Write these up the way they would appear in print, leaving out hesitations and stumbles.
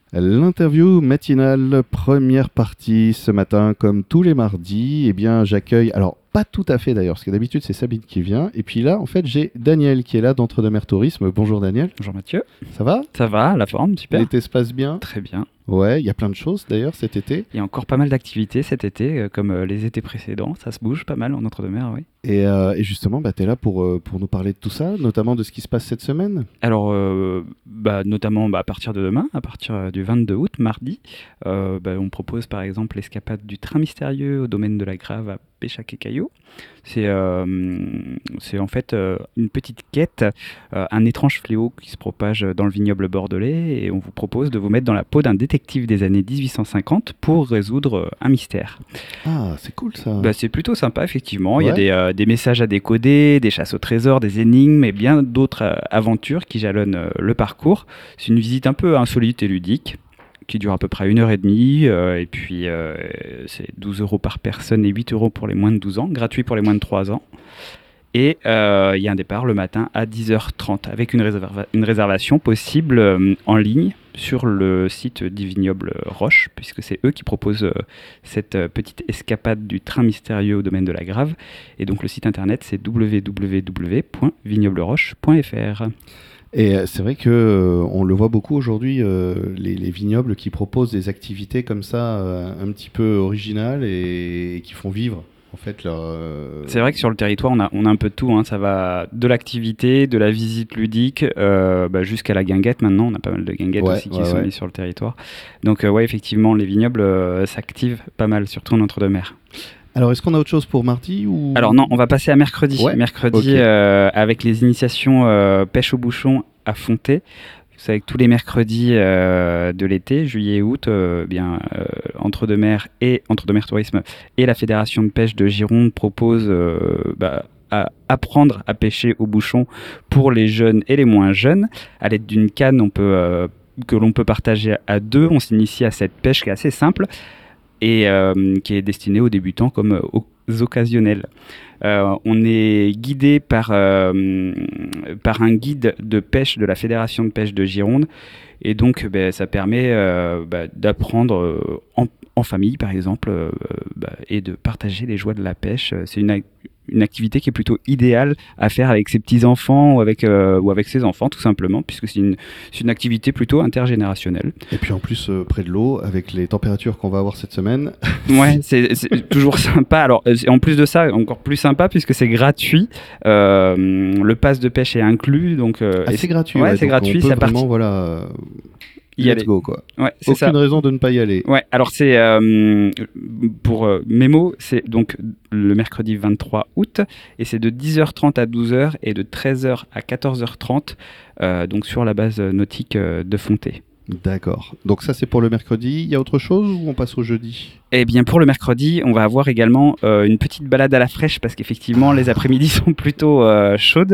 L'interview matinale, première partie ce matin, comme tous les mardis, eh bien j'accueille, alors pas tout à fait d'ailleurs, parce que d'habitude c'est Sabine qui vient, et puis là en fait j'ai Daniel qui est là d'Entre-deux-Mers Tourisme. Bonjour Daniel, Bonjour Mathieu. ça va? Ça va, la forme, super. L'été se passe bien? Très bien. Ouais, il y a plein de choses d'ailleurs cet été. Il y a encore pas mal d'activités cet été, comme les étés précédents. Ça se bouge pas mal en Entre-deux-Mers, oui. Et justement, tu es là pour nous parler de tout ça, notamment de ce qui se passe cette semaine. Alors, notamment à partir de demain, à partir du 22 août, mardi, on propose par exemple l'escapade du train mystérieux au domaine de la Grave à Péchac-et-Caillaux. C'est en fait une petite quête, un étrange fléau qui se propage dans le vignoble bordelais, et on vous propose de vous mettre dans la peau d'un détective des années 1850 pour résoudre un mystère. Ah, c'est cool ça. C'est plutôt sympa, effectivement. Il y Ouais. a des messages à décoder, des chasses au trésor, des énigmes et bien d'autres aventures qui jalonnent le parcours. C'est une visite un peu insolite et ludique qui dure à peu près 1h30. Et puis, c'est 12 € par personne et 8 € pour les moins de 12 ans, gratuit pour les moins de 3 ans. Et il y a un départ le matin à 10h30 avec une réservation possible en ligne sur le site du vignoble Roche, puisque c'est eux qui proposent cette petite escapade du train mystérieux au domaine de la Grave. Et donc le site internet, c'est www.vignobleroche.fr. Et c'est vrai que on le voit beaucoup aujourd'hui, les vignobles qui proposent des activités comme ça, un petit peu originales et qui font vivre en fait leur. C'est vrai que sur le territoire, on a un peu de tout, hein. Ça va de l'activité, de la visite ludique, jusqu'à la guinguette maintenant. On a pas mal de guinguettes Ouais, aussi qui ouais, sont ouais. mises sur le territoire. Donc ouais, effectivement, les vignobles s'activent pas mal, surtout en Entre-deux-Mers. Alors, est-ce qu'on a autre chose pour mardi ou. Alors non, on va passer à mercredi. Ouais, Mercredi, ok. avec les initiations pêche au bouchon à Fontaix. Vous savez que tous les mercredis de l'été, juillet et août, Entre-deux-Mers et Entre-deux-Mers Tourisme et la Fédération de pêche de Gironde proposent à apprendre à pêcher au bouchon pour les jeunes et les moins jeunes. À l'aide d'une canne, que l'on peut partager à deux, on s'initie à cette pêche qui est assez simple et qui est destinée aux débutants comme aux occasionnels. On est guidé par un guide de pêche de la Fédération de pêche de Gironde, et donc ça permet d'apprendre en famille par exemple, et de partager les joies de la pêche. C'est une activité qui est plutôt idéale à faire avec ses petits-enfants ou avec ses enfants tout simplement, puisque c'est une activité plutôt intergénérationnelle. Et puis en plus, près de l'eau, avec les températures qu'on va avoir cette semaine. Ouais, c'est toujours sympa. Alors, en plus de ça, encore plus sympa puisque c'est gratuit. Le pass de pêche est inclus, donc. C'est gratuit. Ouais, Ouais, c'est donc gratuit. on peut Ça vraiment, voilà. y Let's aller. go quoi. Ouais, c'est ça. Aucune raison de ne pas y aller. Ouais, alors c'est pour Mémo, c'est donc le mercredi 23 août et c'est de 10h30 à 12h et de 13h à 14h30, donc sur la base nautique de Fontaix. D'accord. Donc ça c'est pour le mercredi. Il y a autre chose ou on passe au jeudi? Eh bien, pour le mercredi, on va avoir également une petite balade à la fraîche parce qu'effectivement, les après-midi sont plutôt chaudes.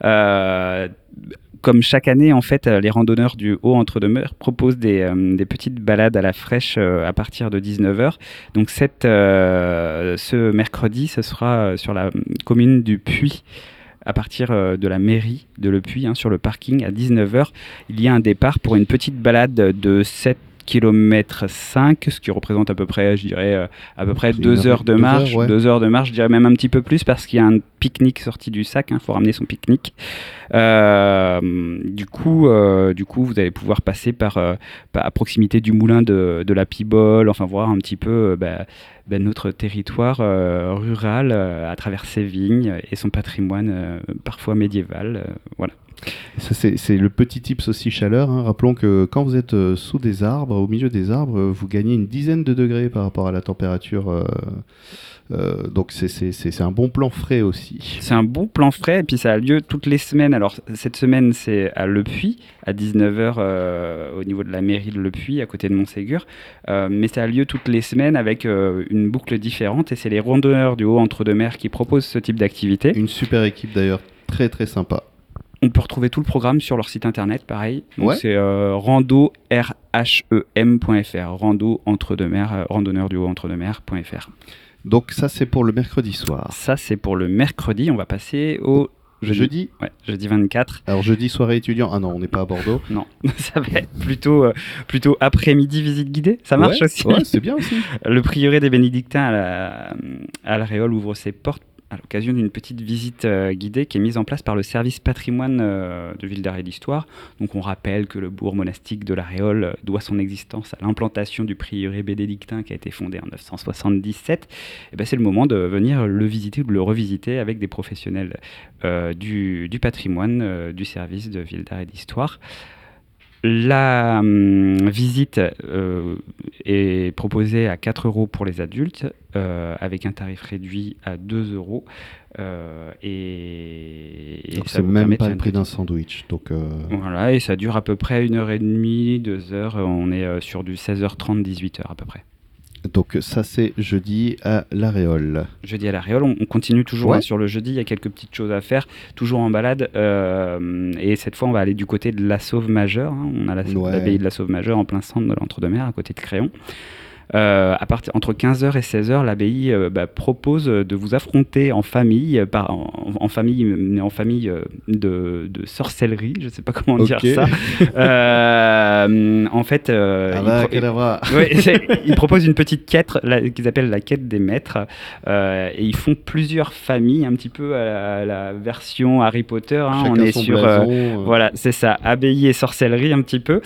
Comme chaque année, en fait, les randonneurs du Haut-Entre-deux-Mers proposent des petites balades à la fraîche à partir de 19h. Donc, ce mercredi, ce sera sur la commune du Puy. À partir de la mairie de Le Puy, sur le parking, à 19h, il y a un départ pour une petite balade de 7,5 km, ce qui représente à peu près, je dirais, à peu près 2 heures de marche. 2 heures de marche, je dirais même un petit peu plus parce qu'il y a un pique-nique sorti du sac, faut ramener son pique-nique. Du coup, vous allez pouvoir passer à proximité du moulin de la Pibole, enfin voir un petit peu notre territoire rural à travers ses vignes et son patrimoine parfois médiéval. Voilà. Ça, c'est le petit tips aussi chaleur. Rappelons que quand vous êtes sous des arbres, au milieu des arbres, vous gagnez une dizaine de degrés par rapport à la température. Donc c'est un bon plan frais aussi. C'est un bon plan frais et puis ça a lieu toutes les semaines. Alors cette semaine c'est à Le Puy à 19h au niveau de la mairie de Le Puy à côté de Montségur. Mais ça a lieu toutes les semaines avec une boucle différente et c'est les randonneurs du Haut-Entre-deux-Mers qui proposent ce type d'activité. Une super équipe d'ailleurs, très très sympa. On peut retrouver tout le programme sur leur site internet, pareil. Donc ouais. C'est rando-rhem.fr, rando entre-deux-mers, randonneur du Haut-Entre-deux-Mers.fr. Donc ça c'est pour le mercredi soir. Ça c'est pour le mercredi. On va passer au Jeudi. Ouais, jeudi 24. Alors jeudi soirée étudiant. Ah non, on n'est pas à Bordeaux. Non, ça va être plutôt après-midi visite guidée. Ça marche aussi. Ouais, c'est bien aussi. Le prieuré des Bénédictins à la Réole ouvre ses portes à l'occasion d'une petite visite guidée qui est mise en place par le service patrimoine de Ville d'Art et d'Histoire. Donc on rappelle que le bourg monastique de la Réole doit son existence à l'implantation du prieuré bénédictin qui a été fondé en 977. Et ben c'est le moment de venir le visiter ou de le revisiter avec des professionnels du patrimoine du service de Ville d'Art et d'Histoire. La visite est proposée à 4 € pour les adultes, avec un tarif réduit à 2 €. Donc c'est même pas le prix d'un sandwich. Donc Voilà, et ça dure à peu près 1h30, 2 heures. On est sur du 16h30, 18h à peu près. Donc ça c'est jeudi à la Réole. Jeudi à la Réole, on continue toujours sur le jeudi, il y a quelques petites choses à faire, toujours en balade, et cette fois on va aller du côté de la Sauve Majeure, on a l'abbaye de la Sauve Majeure en plein centre de l'Entre-deux-Mers, à côté de Créon. Entre 15h et 16h, l'abbaye propose de vous affronter en famille, en famille de sorcellerie, je ne sais pas comment dire ça. En fait, il propose une petite quête qu'ils appellent la quête des maîtres, et ils font plusieurs familles, un petit peu à la version Harry Potter. On est sur voilà, c'est ça, abbaye et sorcellerie un petit peu.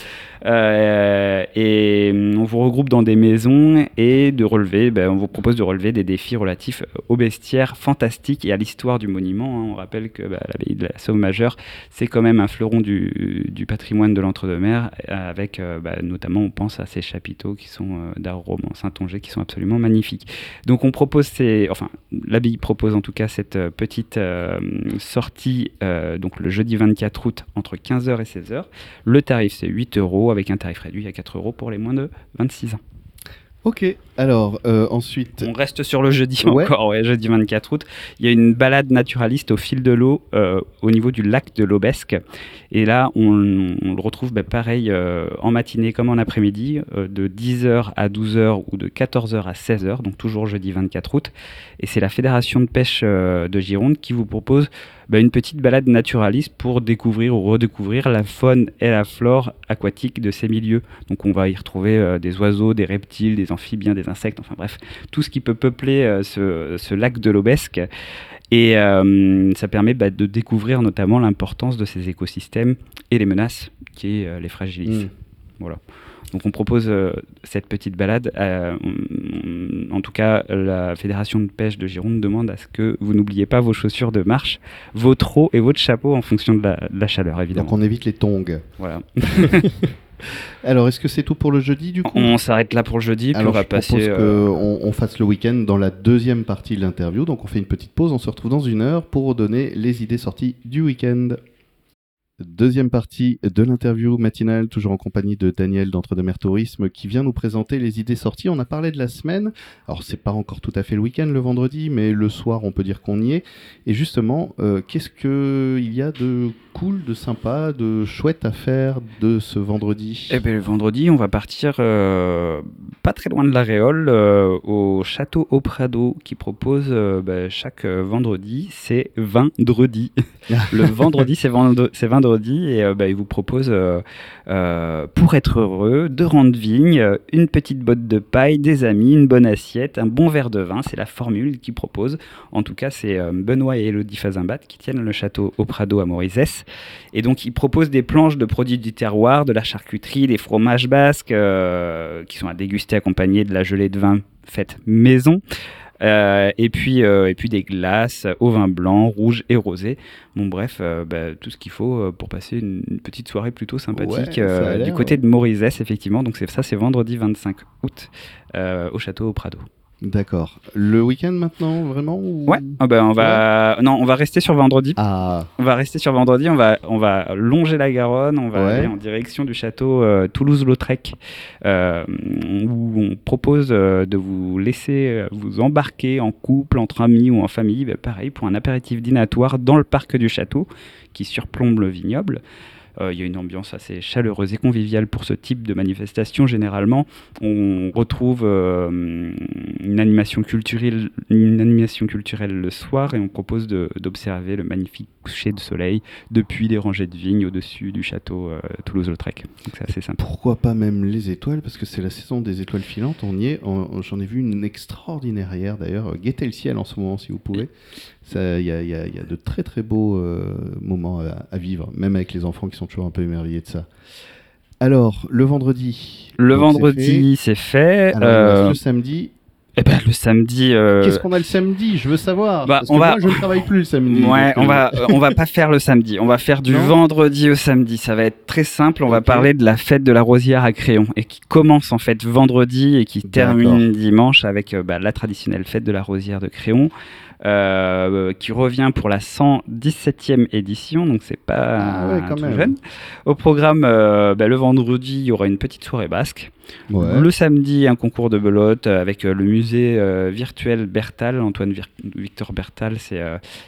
Et on vous regroupe dans des maisons et on vous propose de relever des défis relatifs au bestiaire fantastique et à l'histoire du monument. On rappelle que l'abbaye de la Sauve Majeure, c'est quand même un fleuron du patrimoine de l'Entre-deux-Mers, avec notamment, on pense à ces chapiteaux qui sont d'art roman Saintonge, qui sont absolument magnifiques. Donc l'abbaye propose en tout cas cette petite sortie donc le jeudi 24 août entre 15h et 16h. Le tarif c'est 8 € avec un tarif réduit à 4 € pour les moins de 26 ans. Ok, alors ensuite... On reste sur le jeudi encore, jeudi 24 août. Il y a une balade naturaliste au fil de l'eau au niveau du lac de l'Aubesque. Et là, on le retrouve pareil en matinée comme en après-midi, de 10h à 12h ou de 14h à 16h, donc toujours jeudi 24 août. Et c'est la Fédération de pêche de Gironde qui vous propose une petite balade naturaliste pour découvrir ou redécouvrir la faune et la flore aquatique de ces milieux. Donc on va y retrouver des oiseaux, des reptiles, des amphibiens, des insectes, enfin bref, tout ce qui peut peupler ce lac de l'Aubesque. Et ça permet de découvrir notamment l'importance de ces écosystèmes et les menaces qui les fragilisent. Voilà. Donc on propose cette petite balade. En tout cas, la Fédération de pêche de Gironde demande à ce que vous n'oubliez pas vos chaussures de marche, vos traux et votre chapeau en fonction de la chaleur, évidemment. Donc on évite les tongs. Voilà. Alors, est-ce que c'est tout pour le jeudi, du coup ? On s'arrête là pour le jeudi, puis alors, on va passer... je propose qu'on fasse le week-end dans la deuxième partie de l'interview. Donc on fait une petite pause, on se retrouve dans 1 heure pour donner les idées sorties du week-end. Deuxième partie de l'interview matinale, toujours en compagnie de Daniel d'Entre-deux-Mers Tourisme qui vient nous présenter les idées sorties. On a parlé de la semaine, alors c'est pas encore tout à fait le week-end le vendredi, mais le soir on peut dire qu'on y est. Et justement, qu'est-ce qu'il y a de cool, de sympa, de chouette à faire de ce vendredi ? Le vendredi, on va partir pas très loin de la Réole, au château au Prado qui propose chaque vendredi, c'est vendredi. Le vendredi, c'est vendredi et il vous propose, pour être heureux, 2 rangs de vigne, une petite botte de paille, des amis, une bonne assiette, un bon verre de vin. C'est la formule qu'il propose. En tout cas, c'est Benoît et Élodie Fazimbat qui tiennent le château au Prado à Morizès. Et donc, ils proposent des planches de produits du terroir, de la charcuterie, des fromages basques qui sont à déguster accompagnés de la gelée de vin faite maison. Et puis des glaces au vin blanc, rouge et rosé. Bon bref, tout ce qu'il faut pour passer une petite soirée plutôt sympathique du côté de Morizès, effectivement. Donc c'est vendredi 25 août au château au Prado. D'accord. Le week-end maintenant, vraiment ou... Ouais. on va rester sur vendredi. Ah. On va rester sur vendredi. On va longer la Garonne. On va aller en direction du château Toulouse-Lautrec, où on propose de vous laisser vous embarquer en couple, entre amis ou en famille. Pareil pour un apéritif dînatoire dans le parc du château qui surplombe le vignoble. Il y a une ambiance assez chaleureuse et conviviale pour ce type de manifestation. Généralement, on retrouve une animation culturelle le soir et on propose d'observer le magnifique coucher de soleil depuis des rangées de vignes au-dessus du château Toulouse-Lautrec. Donc c'est assez sympa. Pourquoi pas même les étoiles, parce que c'est la saison des étoiles filantes, on y est. J'en ai vu une extraordinaire hier d'ailleurs. Guettez le ciel en ce moment si vous pouvez. Il y a de très très beaux moments à vivre, même avec les enfants qui sont toujours un peu émerveillés de ça. Alors, le vendredi. Le vendredi, c'est fait. Alors, le samedi. Eh ben, le samedi. Qu'est-ce qu'on a le samedi? Je veux savoir. Bah, parce que moi, je ne travaille plus le samedi. Ouais, on va pas faire le samedi. On va faire du vendredi au samedi. Ça va être très simple. On va parler de la fête de la Rosière à Créon et qui commence en fait vendredi et qui termine dimanche avec la traditionnelle fête de la Rosière de Créon. Qui revient pour la 117e édition, donc c'est pas tout jeune. Au programme, le vendredi, il y aura une petite soirée basque. Ouais. Le samedi, un concours de belote avec le musée virtuel Bertal. Antoine Victor Bertal, c'est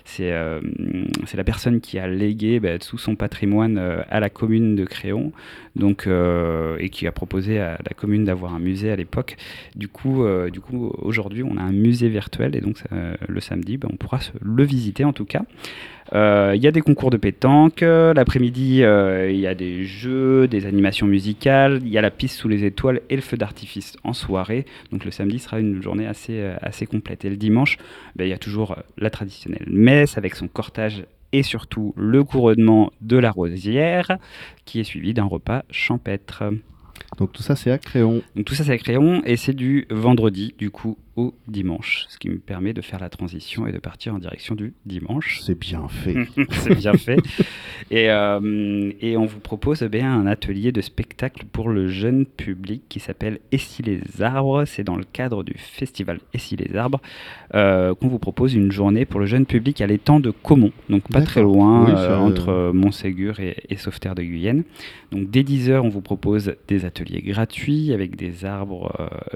la personne qui a légué tout son patrimoine à la commune de Créon, donc, et qui a proposé à la commune d'avoir un musée à l'époque. Du coup, aujourd'hui, on a un musée virtuel et donc le samedi, on pourra le visiter en tout cas. Il y a des concours de pétanque, l'après-midi il y a des jeux, des animations musicales, il y a la piste sous les étoiles et le feu d'artifice en soirée, donc le samedi sera une journée assez complète. Et le dimanche, il y a toujours la traditionnelle messe avec son cortège et surtout le couronnement de la Rosière qui est suivi d'un repas champêtre. Donc tout ça c'est à Créon. Donc tout ça c'est à Créon et c'est du vendredi du coup au dimanche, ce qui me permet de faire la transition et de partir en direction du dimanche. C'est bien fait. C'est bien fait. Et on vous propose un atelier de spectacle pour le jeune public qui s'appelle Essie les arbres. C'est dans le cadre du festival Essie les arbres qu'on vous propose une journée pour le jeune public à l'étang de Caumont, donc pas très loin, entre Montségur et Sauveterre de Guyenne. Donc dès 10h, on vous propose des ateliers gratuits avec des arbres,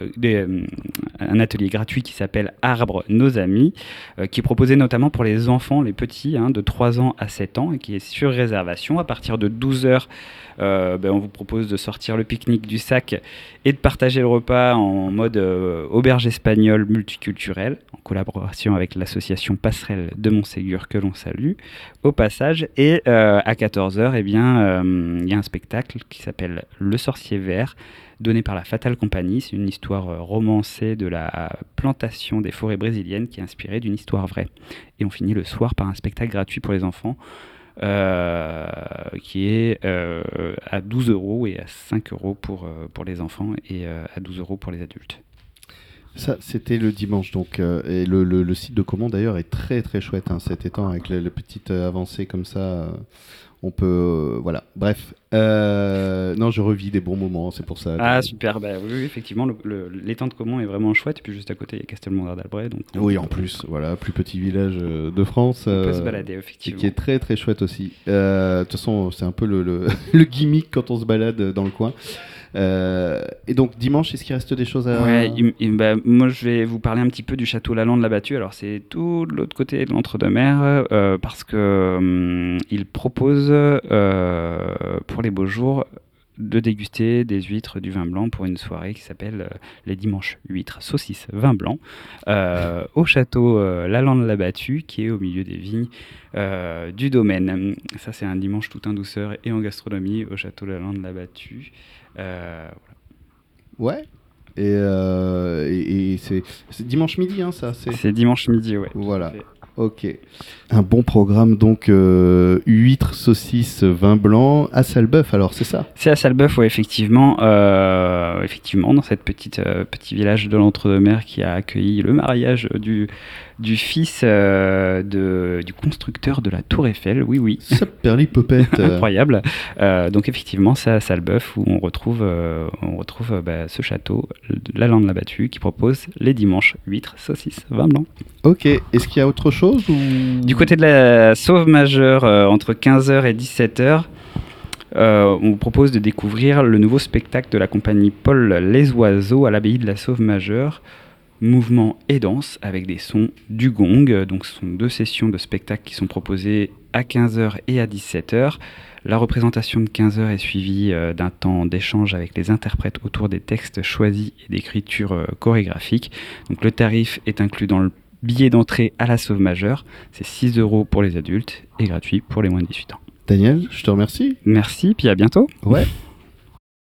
un atelier gratuit qui s'appelle Arbres nos amis, qui est proposé notamment pour les enfants, les petits, de 3 ans à 7 ans, et qui est sur réservation. À partir de 12h, on vous propose de sortir le pique-nique du sac et de partager le repas en mode auberge espagnole multiculturelle, en collaboration avec l'association Passerelle de Montségur, que l'on salue au passage. Et à 14h, il y a un spectacle qui s'appelle Le Sorcier Vert, donné par la Fatale Compagnie. C'est une histoire romancée de la plantation des forêts brésiliennes qui est inspirée d'une histoire vraie. Et on finit le soir par un spectacle gratuit pour les enfants qui est à 12 € et à 5 € pour les enfants et à 12 € pour les adultes. Ça, c'était le dimanche, donc, et le site de Caumont d'ailleurs est très très chouette, cet étang avec les petites avancées comme ça. On peut, voilà, bref. Non, je revis des bons moments, c'est pour ça. Ah, super, oui, effectivement, l'étang de Caumont est vraiment chouette, et puis juste à côté, il y a Castelmoudre d'Albret. Oui, en plus, voilà, plus petit village de France. On peut se balader, effectivement. Qui est très très chouette aussi. De toute façon, c'est un peu le gimmick quand on se balade dans le coin. Et donc dimanche, est-ce qu'il reste des choses à... Ouais, moi je vais vous parler un petit peu du château Lalande-la-Battue. Alors c'est tout de l'autre côté de l'Entre-deux-Mers parce que il propose pour les beaux jours de déguster des huîtres, du vin blanc pour une soirée qui s'appelle les dimanches huîtres, saucisses, vin blanc au château Lalande-la-Battue qui est au milieu des vignes du domaine. Ça c'est un dimanche tout en douceur et en gastronomie au château Lalande-la-Battue. Voilà. Ouais. Et c'est dimanche midi, ça. C'est dimanche midi, ouais. Voilà. Ok. Un bon programme, donc huîtres, saucisses, vin blanc, à Salbeuf, alors c'est ça? C'est à Salbeuf, oui, effectivement. Effectivement, dans cette petit village de l'Entre-deux-Mers qui a accueilli le mariage du fils du constructeur de la Tour Eiffel, oui. Saperlipopette. Incroyable. Donc effectivement, c'est à Salbeuf où on retrouve ce château, Lalande-la-Battue, qui propose les dimanches huîtres, saucisses, vin blanc. Ok. Est-ce qu'il y a autre chose ou... Du côté de la Sauve Majeure, entre 15h et 17h, on vous propose de découvrir le nouveau spectacle de la compagnie Paul Les Oiseaux à l'abbaye de la Sauve Majeure. mouvement et danse avec des sons du gong. Donc ce sont 2 sessions de spectacle qui sont proposées à 15h et à 17h. La représentation de 15h est suivie d'un temps d'échange avec les interprètes autour des textes choisis et d'écriture chorégraphique. Donc le tarif est inclus dans le billet d'entrée à la Sauve Majeure. C'est 6 € pour les adultes et gratuit pour les moins de 18 ans. Daniel, je te remercie. Merci, puis à bientôt. Ouais.